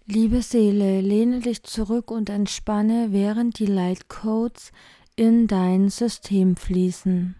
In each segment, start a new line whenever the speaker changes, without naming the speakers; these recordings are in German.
Liebe Seele, lehne dich zurück und entspanne, während die Lightcodes in dein System fließen.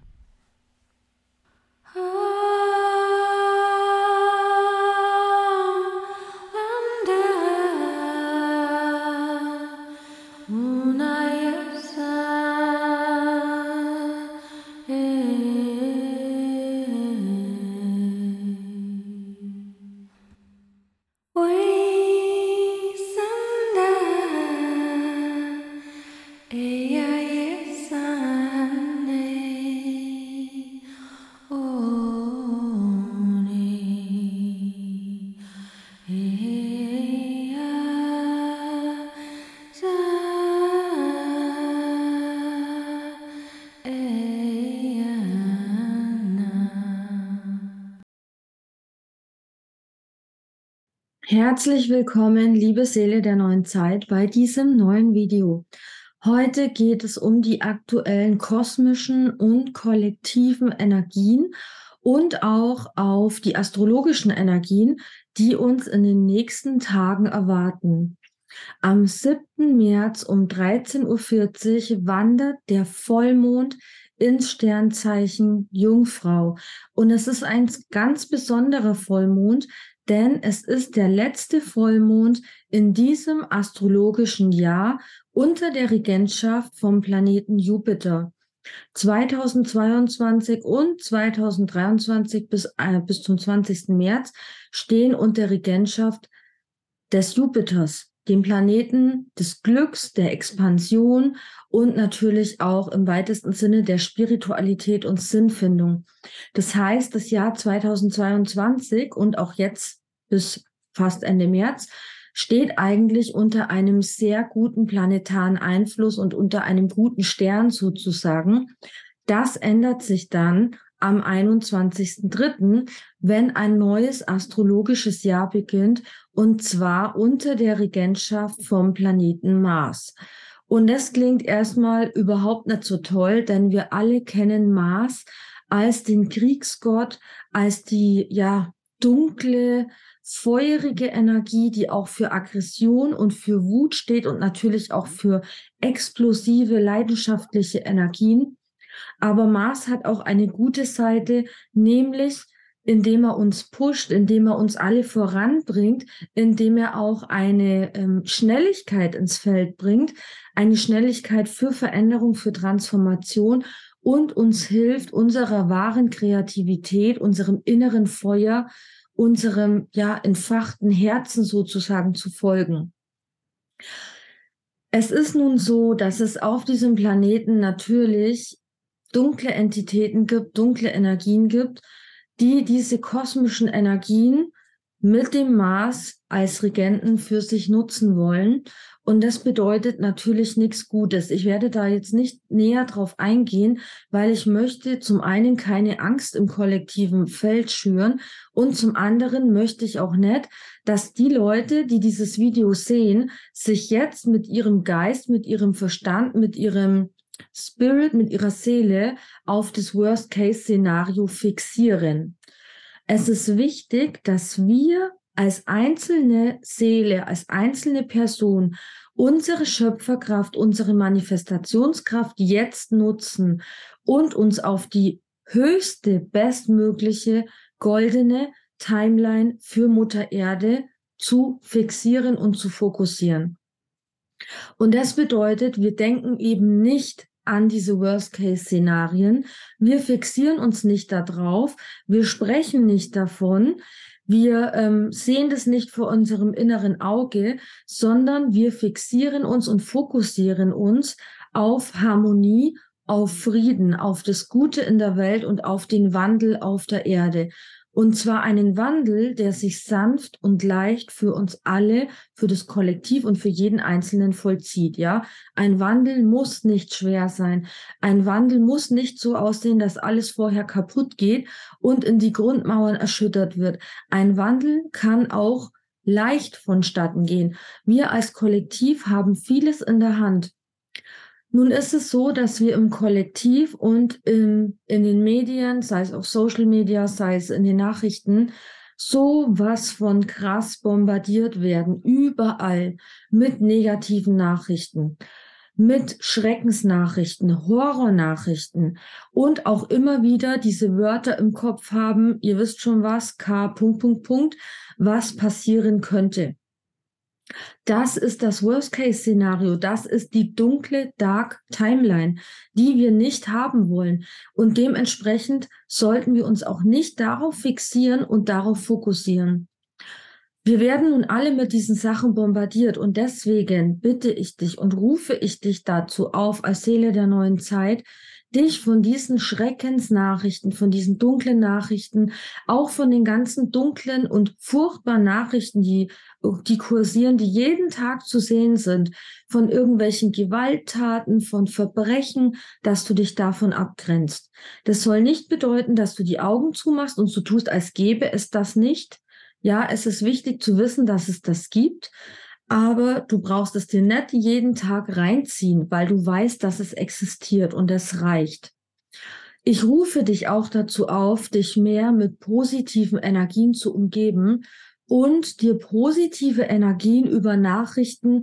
Herzlich willkommen, liebe Seele der neuen Zeit, bei diesem neuen Video. Heute geht es um die aktuellen kosmischen und kollektiven Energien und auch auf die astrologischen Energien, die uns in den nächsten Tagen erwarten. Am 7. März um 13:40 Uhr wandert der Vollmond ins Sternzeichen Jungfrau. Und es ist ein ganz besonderer Vollmond, denn es ist der letzte Vollmond in diesem astrologischen Jahr unter der Regentschaft vom Planeten Jupiter. 2022 und 2023 bis zum 20. März stehen unter Regentschaft des Jupiters, dem Planeten des Glücks, der Expansion und natürlich auch im weitesten Sinne der Spiritualität und Sinnfindung. Das heißt, das Jahr 2022 und auch jetzt bis fast Ende März steht eigentlich unter einem sehr guten planetaren Einfluss und unter einem guten Stern sozusagen. Das ändert sich dann am 21.03., wenn ein neues astrologisches Jahr beginnt, und zwar unter der Regentschaft vom Planeten Mars. Und das klingt erstmal überhaupt nicht so toll, denn wir alle kennen Mars als den Kriegsgott, als die dunkle, feurige Energie, die auch für Aggression und für Wut steht und natürlich auch für explosive, leidenschaftliche Energien. Aber Mars hat auch eine gute Seite, nämlich indem er uns pusht, indem er uns alle voranbringt, indem er auch eine Schnelligkeit ins Feld bringt, eine Schnelligkeit für Veränderung, für Transformation und uns hilft, unserer wahren Kreativität, unserem inneren Feuer, unserem entfachten Herzen sozusagen zu folgen. Es ist nun so, dass es auf diesem Planeten natürlich dunkle Entitäten gibt, dunkle Energien gibt, die diese kosmischen Energien mit dem Mars als Regenten für sich nutzen wollen. Und das bedeutet natürlich nichts Gutes. Ich werde da jetzt nicht näher drauf eingehen, weil ich möchte zum einen keine Angst im kollektiven Feld schüren und zum anderen möchte ich auch nicht, dass die Leute, die dieses Video sehen, sich jetzt mit ihrem Geist, mit ihrem Verstand, mit ihrem Spirit, mit ihrer Seele auf das Worst-Case-Szenario fixieren. Es ist wichtig, dass wir als einzelne Seele, als einzelne Person unsere Schöpferkraft, unsere Manifestationskraft jetzt nutzen und uns auf die höchste, bestmögliche goldene Timeline für Mutter Erde zu fixieren und zu fokussieren. Und das bedeutet, wir denken eben nicht an diese Worst-Case-Szenarien. Wir fixieren uns nicht darauf. Wir sprechen nicht davon. Wir sehen das nicht vor unserem inneren Auge, sondern wir fixieren uns und fokussieren uns auf Harmonie, auf Frieden, auf das Gute in der Welt und auf den Wandel auf der Erde. Und zwar einen Wandel, der sich sanft und leicht für uns alle, für das Kollektiv und für jeden Einzelnen vollzieht, ja. Ein Wandel muss nicht schwer sein. Ein Wandel muss nicht so aussehen, dass alles vorher kaputt geht und in die Grundmauern erschüttert wird. Ein Wandel kann auch leicht vonstatten gehen. Wir als Kollektiv haben vieles in der Hand. Nun ist es so, dass wir im Kollektiv und in den Medien, sei es auf Social Media, sei es in den Nachrichten, sowas von krass bombardiert werden, überall mit negativen Nachrichten, mit Schreckensnachrichten, Horrornachrichten und auch immer wieder diese Wörter im Kopf haben, ihr wisst schon was, K. Punkt, Punkt, Punkt, was passieren könnte. Das ist das Worst-Case-Szenario. Das ist die dunkle Dark Timeline, die wir nicht haben wollen. Und dementsprechend sollten wir uns auch nicht darauf fixieren und darauf fokussieren. Wir werden nun alle mit diesen Sachen bombardiert und deswegen bitte ich dich und rufe ich dich dazu auf, als Seele der neuen Zeit, dich von diesen Schreckensnachrichten, von diesen dunklen Nachrichten, auch von den ganzen dunklen und furchtbaren Nachrichten, die kursieren, die jeden Tag zu sehen sind, von irgendwelchen Gewalttaten, von Verbrechen, dass du dich davon abgrenzt. Das soll nicht bedeuten, dass du die Augen zumachst und so tust, als gäbe es das nicht. Ja, es ist wichtig zu wissen, dass es das gibt, aber du brauchst es dir nicht jeden Tag reinziehen, weil du weißt, dass es existiert und es reicht. Ich rufe dich auch dazu auf, dich mehr mit positiven Energien zu umgeben und dir positive Energien über Nachrichten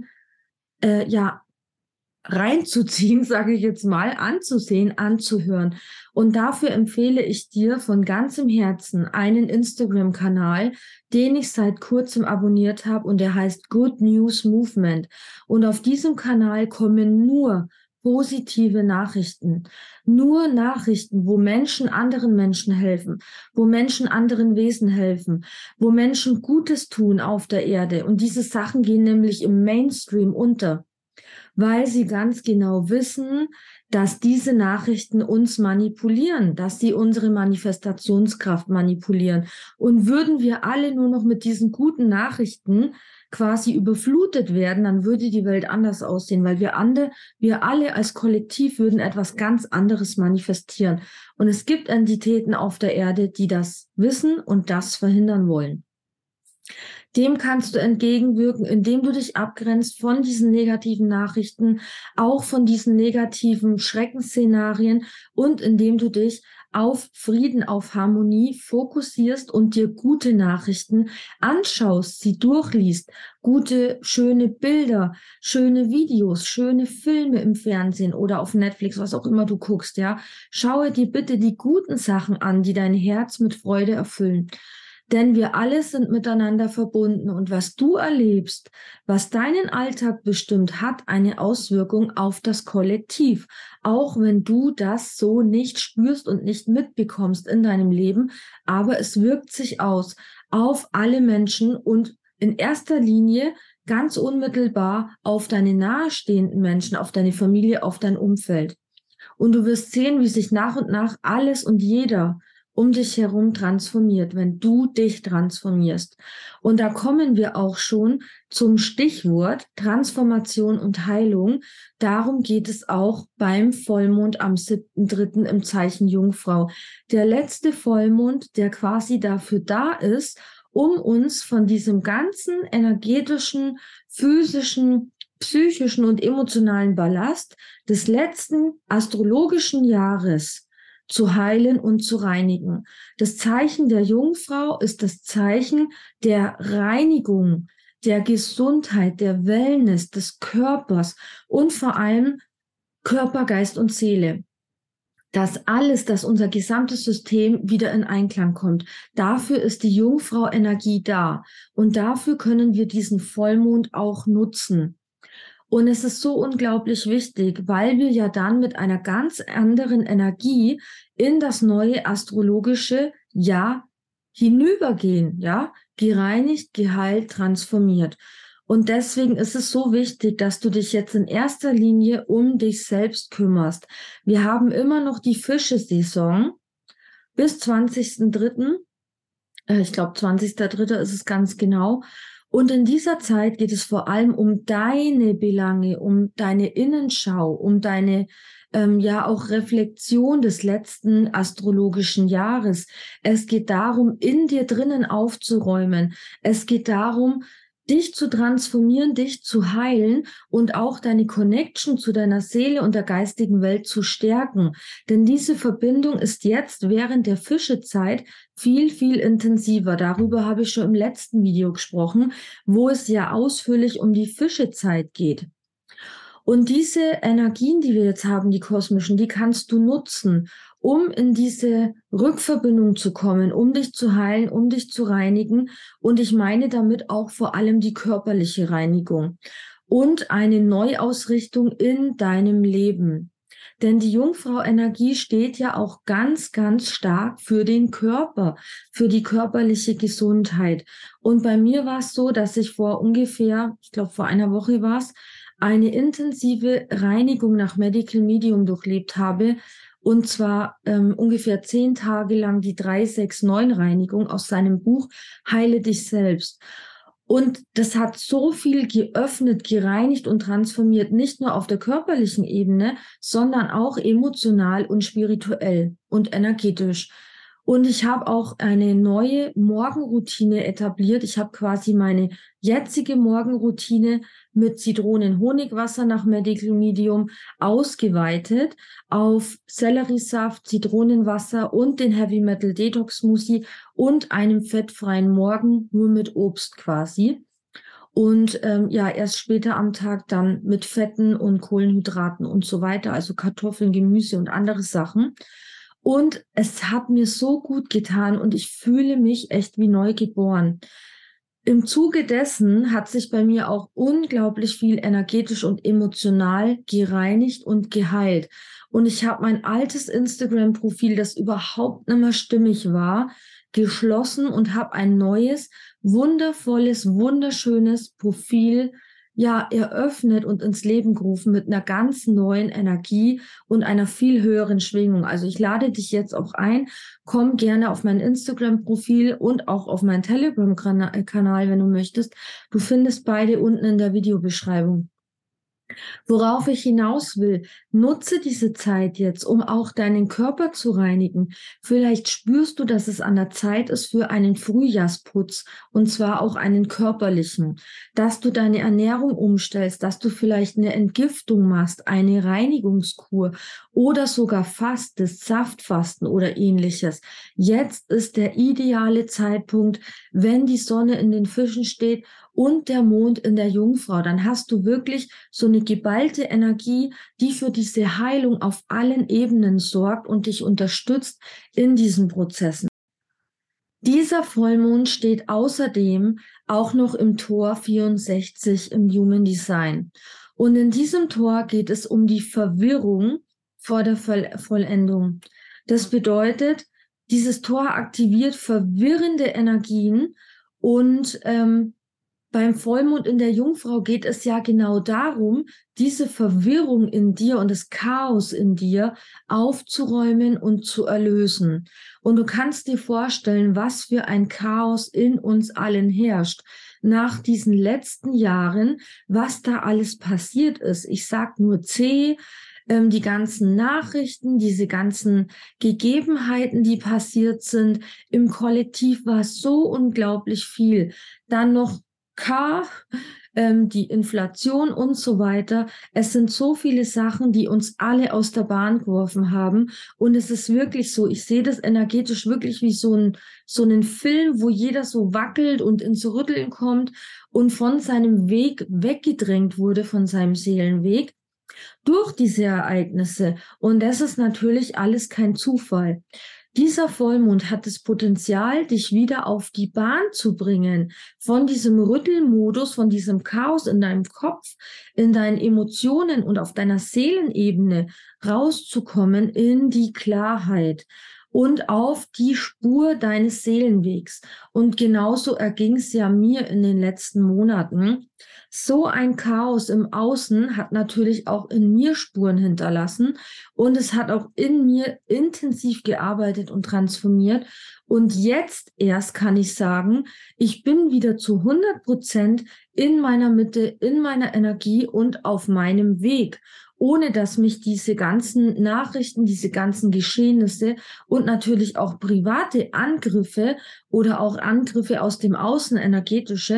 reinzuziehen, sage ich jetzt mal, anzusehen, anzuhören. Und dafür empfehle ich dir von ganzem Herzen einen Instagram-Kanal, den ich seit kurzem abonniert habe und der heißt Good News Movement. Und auf diesem Kanal kommen nur positive Nachrichten, nur Nachrichten, wo Menschen anderen Menschen helfen, wo Menschen anderen Wesen helfen, wo Menschen Gutes tun auf der Erde. Und diese Sachen gehen nämlich im Mainstream unter, weil sie ganz genau wissen, dass diese Nachrichten uns manipulieren, dass sie unsere Manifestationskraft manipulieren. Und würden wir alle nur noch mit diesen guten Nachrichten quasi überflutet werden, dann würde die Welt anders aussehen, weil wir alle als Kollektiv würden etwas ganz anderes manifestieren. Und es gibt Entitäten auf der Erde, die das wissen und das verhindern wollen. Dem kannst du entgegenwirken, indem du dich abgrenzt von diesen negativen Nachrichten, auch von diesen negativen Schreckensszenarien und indem du dich auf Frieden, auf Harmonie fokussierst und dir gute Nachrichten anschaust, sie durchliest, gute, schöne Bilder, schöne Videos, schöne Filme im Fernsehen oder auf Netflix, was auch immer du guckst, ja. Schaue dir bitte die guten Sachen an, die dein Herz mit Freude erfüllen. Denn wir alle sind miteinander verbunden und was du erlebst, was deinen Alltag bestimmt, hat eine Auswirkung auf das Kollektiv. Auch wenn du das so nicht spürst und nicht mitbekommst in deinem Leben, aber es wirkt sich aus auf alle Menschen und in erster Linie ganz unmittelbar auf deine nahestehenden Menschen, auf deine Familie, auf dein Umfeld. Und du wirst sehen, wie sich nach und nach alles und jeder um dich herum transformiert, wenn du dich transformierst. Und da kommen wir auch schon zum Stichwort Transformation und Heilung. Darum geht es auch beim Vollmond am 7.3. im Zeichen Jungfrau. Der letzte Vollmond, der quasi dafür da ist, um uns von diesem ganzen energetischen, physischen, psychischen und emotionalen Ballast des letzten astrologischen Jahres zu heilen und zu reinigen. Das Zeichen der Jungfrau ist das Zeichen der Reinigung, der Gesundheit, der Wellness, des Körpers und vor allem Körper, Geist und Seele. Das alles, dass unser gesamtes System wieder in Einklang kommt. Dafür ist die Jungfrau-Energie da. Und dafür können wir diesen Vollmond auch nutzen. Und es ist so unglaublich wichtig, weil wir ja dann mit einer ganz anderen Energie in das neue astrologische Jahr hinübergehen, ja, gereinigt, geheilt, transformiert. Und deswegen ist es so wichtig, dass du dich jetzt in erster Linie um dich selbst kümmerst. Wir haben immer noch die Fischesaison bis 20.3. Ich glaube, 20.3. ist es ganz genau. Und in dieser Zeit geht es vor allem um deine Belange, um deine Innenschau, um deine auch Reflexion des letzten astrologischen Jahres. Es geht darum, in dir drinnen aufzuräumen. Es geht darum, dich zu transformieren, dich zu heilen und auch deine Connection zu deiner Seele und der geistigen Welt zu stärken. Denn diese Verbindung ist jetzt während der Fischezeit viel, viel intensiver. Darüber habe ich schon im letzten Video gesprochen, wo es ja ausführlich um die Fischezeit geht. Und diese Energien, die wir jetzt haben, die kosmischen, die kannst du nutzen, um in diese Rückverbindung zu kommen, um dich zu heilen, um dich zu reinigen. Und ich meine damit auch vor allem die körperliche Reinigung und eine Neuausrichtung in deinem Leben. Denn die Jungfrau-Energie steht ja auch ganz, ganz stark für den Körper, für die körperliche Gesundheit. Und bei mir war es so, dass ich vor ungefähr, ich glaube vor einer Woche war es, eine intensive Reinigung nach Medical Medium durchlebt habe. Und zwar ungefähr 10 Tage lang die 369-Reinigung aus seinem Buch Heile dich selbst. Und das hat so viel geöffnet, gereinigt und transformiert, nicht nur auf der körperlichen Ebene, sondern auch emotional und spirituell und energetisch. Und ich habe auch eine neue Morgenroutine etabliert. Ich habe quasi meine jetzige Morgenroutine mit Zitronen-Honigwasser nach Medical Medium ausgeweitet auf Selleriesaft, Zitronenwasser und den Heavy Metal Detox Smoothie und einem fettfreien Morgen nur mit Obst quasi. Und ja, erst später am Tag dann mit Fetten und Kohlenhydraten und so weiter, also Kartoffeln, Gemüse und andere Sachen. Und es hat mir so gut getan und ich fühle mich echt wie neu geboren. Im Zuge dessen hat sich bei mir auch unglaublich viel energetisch und emotional gereinigt und geheilt. Und ich habe mein altes Instagram-Profil, das überhaupt nicht mehr stimmig war, geschlossen und habe ein neues, wundervolles, wunderschönes Profil ja eröffnet und ins Leben gerufen mit einer ganz neuen Energie und einer viel höheren Schwingung. Also ich lade dich jetzt auch ein, komm gerne auf mein Instagram-Profil und auch auf meinen Telegram-Kanal, wenn du möchtest. Du findest beide unten in der Videobeschreibung. Worauf ich hinaus will, nutze diese Zeit jetzt, um auch deinen Körper zu reinigen. Vielleicht spürst du, dass es an der Zeit ist für einen Frühjahrsputz und zwar auch einen körperlichen, dass du deine Ernährung umstellst, dass du vielleicht eine Entgiftung machst, eine Reinigungskur oder sogar fastest, Saftfasten oder ähnliches. Jetzt ist der ideale Zeitpunkt, wenn die Sonne in den Fischen steht und der Mond in der Jungfrau, dann hast du wirklich so eine geballte Energie, die für diese Heilung auf allen Ebenen sorgt und dich unterstützt in diesen Prozessen. Dieser Vollmond steht außerdem auch noch im Tor 64 im Human Design. Und in diesem Tor geht es um die Verwirrung vor der Vollendung. Das bedeutet, dieses Tor aktiviert verwirrende Energien und beim Vollmond in der Jungfrau geht es ja genau darum, diese Verwirrung in dir und das Chaos in dir aufzuräumen und zu erlösen. Und du kannst dir vorstellen, was für ein Chaos in uns allen herrscht nach diesen letzten Jahren, was da alles passiert ist. Ich sag nur die ganzen Nachrichten, diese ganzen Gegebenheiten, die passiert sind. Im Kollektiv war so unglaublich viel. Dann noch die Inflation und so weiter. Es sind so viele Sachen, die uns alle aus der Bahn geworfen haben. Und es ist wirklich so, ich sehe das energetisch wirklich wie so einen Film, wo jeder so wackelt und ins Rütteln kommt und von seinem Weg weggedrängt wurde, von seinem Seelenweg durch diese Ereignisse. Und das ist natürlich alles kein Zufall. Dieser Vollmond hat das Potenzial, dich wieder auf die Bahn zu bringen, von diesem Rüttelmodus, von diesem Chaos in deinem Kopf, in deinen Emotionen und auf deiner Seelenebene rauszukommen in die Klarheit und auf die Spur deines Seelenwegs. Und genauso erging es ja mir in den letzten Monaten. So ein Chaos im Außen hat natürlich auch in mir Spuren hinterlassen und es hat auch in mir intensiv gearbeitet und transformiert. Und jetzt erst kann ich sagen, ich bin wieder zu 100% in meiner Mitte, in meiner Energie und auf meinem Weg, ohne dass mich diese ganzen Nachrichten, diese ganzen Geschehnisse und natürlich auch private Angriffe oder auch Angriffe aus dem Außen energetische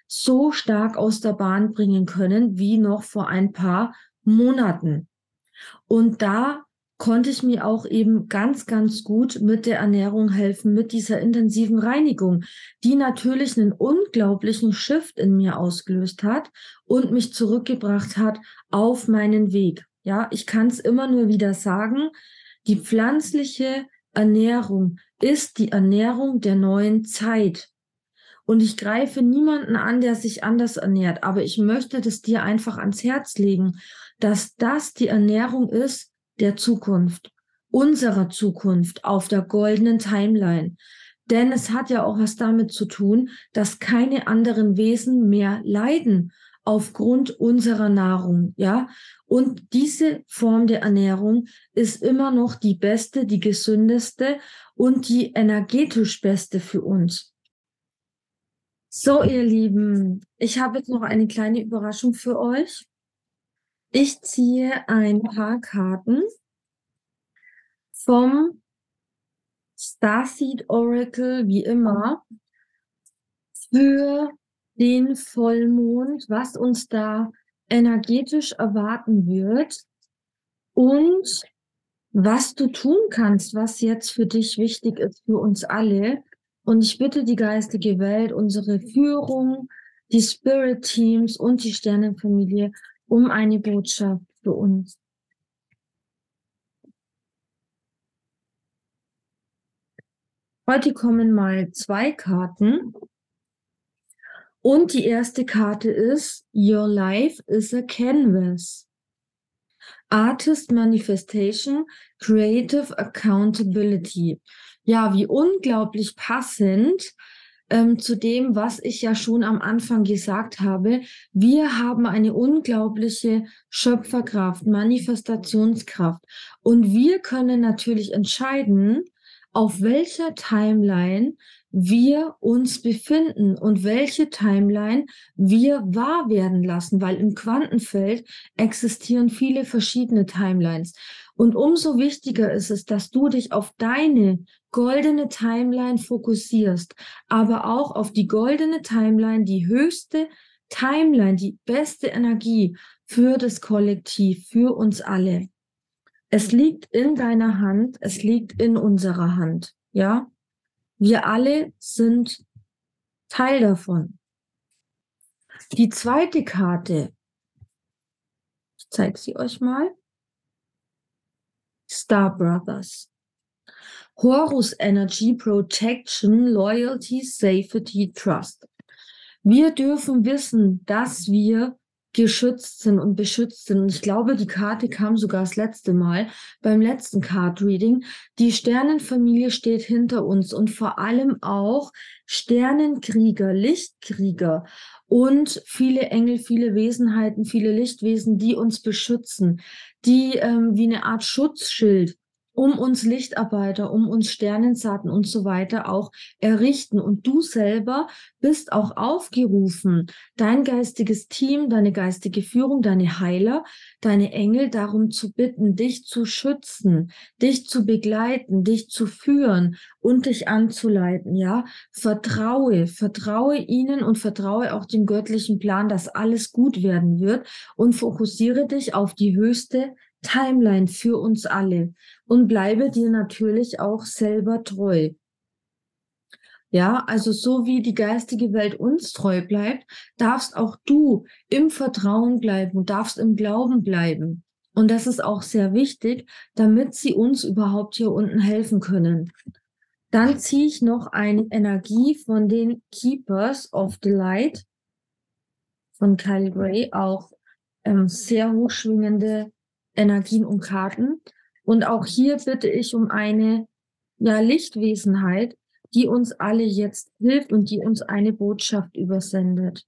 so stark aus der Bahn bringen können wie noch vor ein paar Monaten. Und da konnte ich mir auch eben ganz, ganz gut mit der Ernährung helfen, mit dieser intensiven Reinigung, die natürlich einen unglaublichen Shift in mir ausgelöst hat und mich zurückgebracht hat auf meinen Weg. Ja, ich kann es immer nur wieder sagen, die pflanzliche Ernährung ist die Ernährung der neuen Zeit. Und ich greife niemanden an, der sich anders ernährt, aber ich möchte das dir einfach ans Herz legen, dass das die Ernährung ist der Zukunft, unserer Zukunft auf der goldenen Timeline. Denn es hat ja auch was damit zu tun, dass keine anderen Wesen mehr leiden aufgrund unserer Nahrung, ja. Und diese Form der Ernährung ist immer noch die beste, die gesündeste und die energetisch beste für uns. So, ihr Lieben, ich habe jetzt noch eine kleine Überraschung für euch. Ich ziehe ein paar Karten vom Starseed Oracle, wie immer, für den Vollmond, was uns da energetisch erwarten wird und was du tun kannst, was jetzt für dich wichtig ist, für uns alle. Und ich bitte die geistige Welt, unsere Führung, die Spirit Teams und die Sternenfamilie um eine Botschaft für uns. Heute kommen mal 2 Karten. Und die erste Karte ist Your Life is a Canvas. Artist Manifestation, Creative Accountability. Ja, wie unglaublich passend zu dem, was ich ja schon am Anfang gesagt habe. Wir haben eine unglaubliche Schöpferkraft, Manifestationskraft. Und wir können natürlich entscheiden, auf welcher Timeline wir uns befinden und welche Timeline wir wahr werden lassen, weil im Quantenfeld existieren viele verschiedene Timelines. Und umso wichtiger ist es, dass du dich auf deine goldene Timeline fokussierst, aber auch auf die goldene Timeline, die höchste Timeline, die beste Energie für das Kollektiv, für uns alle. Es liegt in deiner Hand, es liegt in unserer Hand, ja? Wir alle sind Teil davon. Die zweite Karte, ich zeige sie euch mal. Star Brothers. Horus Energy, Protection, Loyalty, Safety, Trust. Wir dürfen wissen, dass wir geschützt sind und beschützt sind. Und ich glaube, die Karte kam sogar das letzte Mal beim letzten Card Reading. Die Sternenfamilie steht hinter uns und vor allem auch Sternenkrieger, Lichtkrieger und viele Engel, viele Wesenheiten, viele Lichtwesen, die uns beschützen, die wie eine Art Schutzschild um uns Lichtarbeiter, um uns Sternensaaten und so weiter auch errichten. Und du selber bist auch aufgerufen, dein geistiges Team, deine geistige Führung, deine Heiler, deine Engel darum zu bitten, dich zu schützen, dich zu begleiten, dich zu führen und dich anzuleiten, ja. Vertraue ihnen und vertraue auch dem göttlichen Plan, dass alles gut werden wird und fokussiere dich auf die höchste Timeline für uns alle und bleibe dir natürlich auch selber treu. Ja, also so wie die geistige Welt uns treu bleibt, darfst auch du im Vertrauen bleiben und darfst im Glauben bleiben. Und das ist auch sehr wichtig, damit sie uns überhaupt hier unten helfen können. Dann ziehe ich noch eine Energie von den Keepers of the Light von Kylie Gray, auch sehr hochschwingende Energien und Karten. Und auch hier bitte ich um eine Lichtwesenheit, die uns alle jetzt hilft und die uns eine Botschaft übersendet.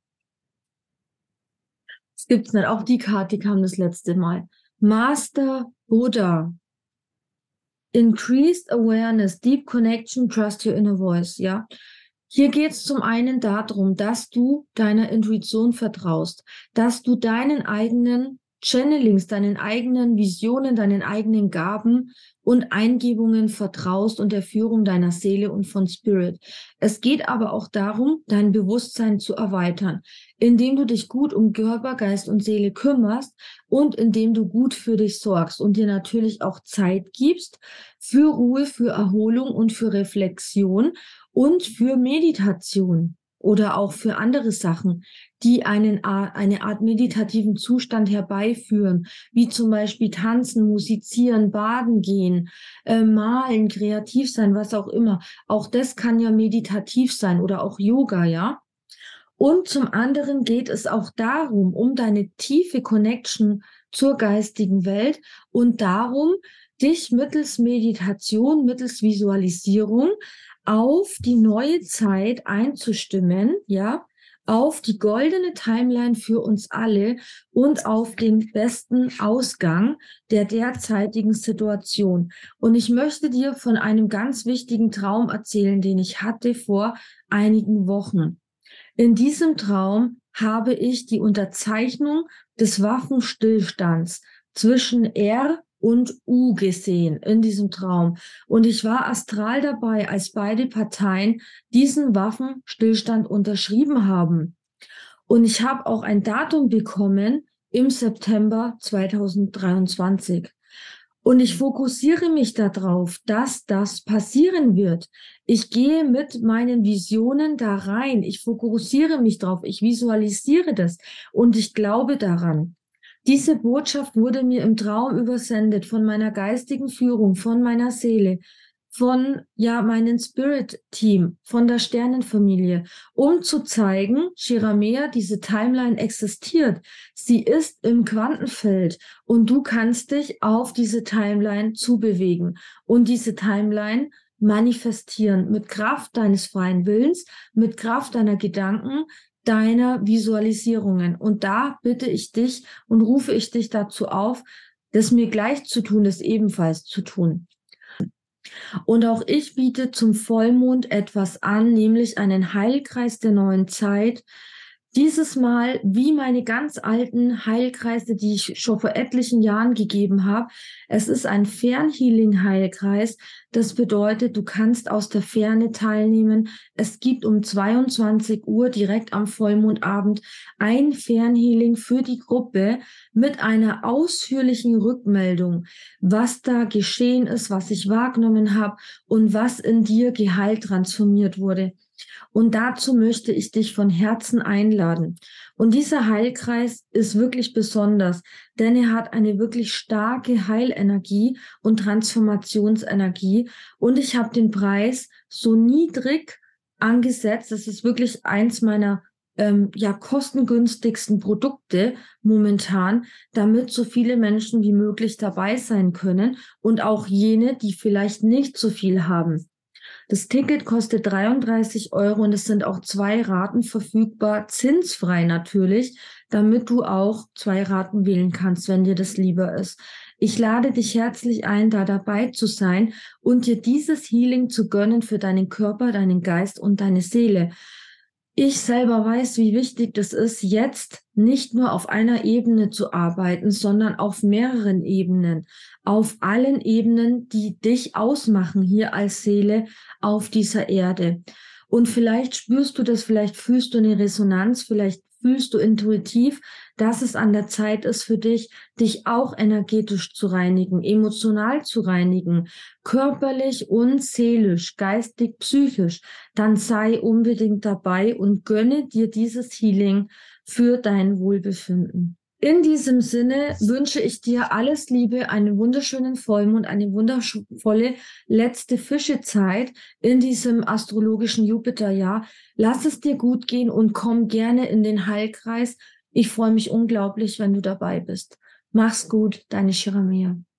Das gibt's nicht. Auch die Karte kam das letzte Mal. Master Buddha. Increased Awareness, Deep Connection, Trust Your Inner Voice. Ja. Hier geht es zum einen darum, dass du deiner Intuition vertraust, dass du deinen eigenen Channelings, deinen eigenen Visionen, deinen eigenen Gaben und Eingebungen vertraust und der Führung deiner Seele und von Spirit. Es geht aber auch darum, dein Bewusstsein zu erweitern, indem du dich gut um Körper, Geist und Seele kümmerst und indem du gut für dich sorgst und dir natürlich auch Zeit gibst für Ruhe, für Erholung und für Reflexion und für Meditation oder auch für andere Sachen, die eine Art meditativen Zustand herbeiführen, wie zum Beispiel tanzen, musizieren, baden gehen, malen, kreativ sein, was auch immer. Auch das kann ja meditativ sein oder auch Yoga, ja. Und zum anderen geht es auch darum, um deine tiefe Connection zur geistigen Welt und darum, dich mittels Meditation, mittels Visualisierung auf die neue Zeit einzustimmen, ja, auf die goldene Timeline für uns alle und auf den besten Ausgang der derzeitigen Situation. Und ich möchte dir von einem ganz wichtigen Traum erzählen, den ich hatte vor einigen Wochen. In diesem Traum habe ich die Unterzeichnung des Waffenstillstands zwischen R und U gesehen in diesem Traum. Und ich war astral dabei, als beide Parteien diesen Waffenstillstand unterschrieben haben. Und ich habe auch ein Datum bekommen im September 2023. Und ich fokussiere mich darauf, dass das passieren wird. Ich gehe mit meinen Visionen da rein. Ich fokussiere mich drauf. Ich visualisiere das und ich glaube daran. Diese Botschaft wurde mir im Traum übersendet von meiner geistigen Führung, von meiner Seele, von meinem Spirit-Team, von der Sternenfamilie, um zu zeigen, Shiramea, diese Timeline existiert. Sie ist im Quantenfeld und du kannst dich auf diese Timeline zubewegen und diese Timeline manifestieren mit Kraft deines freien Willens, mit Kraft deiner Gedanken, deiner Visualisierungen. Und da bitte ich dich und rufe ich dich dazu auf, das mir gleich zu tun, das ebenfalls zu tun. Und auch ich biete zum Vollmond etwas an, nämlich einen Heilkreis der neuen Zeit. Dieses Mal wie meine ganz alten Heilkreise, die ich schon vor etlichen Jahren gegeben habe. Es ist ein Fernhealing-Heilkreis. Das bedeutet, du kannst aus der Ferne teilnehmen. Es gibt um 22 Uhr direkt am Vollmondabend ein Fernhealing für die Gruppe mit einer ausführlichen Rückmeldung, was da geschehen ist, was ich wahrgenommen habe und was in dir geheilt transformiert wurde. Und dazu möchte ich dich von Herzen einladen. Und dieser Heilkreis ist wirklich besonders, denn er hat eine wirklich starke Heilenergie und Transformationsenergie. Und ich habe den Preis so niedrig angesetzt. Das ist wirklich eins meiner kostengünstigsten Produkte momentan, damit so viele Menschen wie möglich dabei sein können und auch jene, die vielleicht nicht so viel haben. Das Ticket kostet 33 Euro und es sind auch 2 Raten verfügbar, zinsfrei natürlich, damit du auch 2 Raten wählen kannst, wenn dir das lieber ist. Ich lade dich herzlich ein, da dabei zu sein und dir dieses Healing zu gönnen für deinen Körper, deinen Geist und deine Seele. Ich selber weiß, wie wichtig das ist, jetzt nicht nur auf einer Ebene zu arbeiten, sondern auf mehreren Ebenen, auf allen Ebenen, die dich ausmachen hier als Seele auf dieser Erde. Und vielleicht spürst du das, vielleicht fühlst du eine Resonanz, vielleicht fühlst du intuitiv, dass es an der Zeit ist für dich, dich auch energetisch zu reinigen, emotional zu reinigen, körperlich und seelisch, geistig, psychisch. Dann sei unbedingt dabei und gönne dir dieses Healing für dein Wohlbefinden. In diesem Sinne wünsche ich dir alles Liebe, einen wunderschönen Vollmond, eine wundervolle letzte Fischezeit in diesem astrologischen Jupiterjahr. Lass es dir gut gehen und komm gerne in den Heilkreis. Ich freue mich unglaublich, wenn du dabei bist. Mach's gut, deine Shiramea.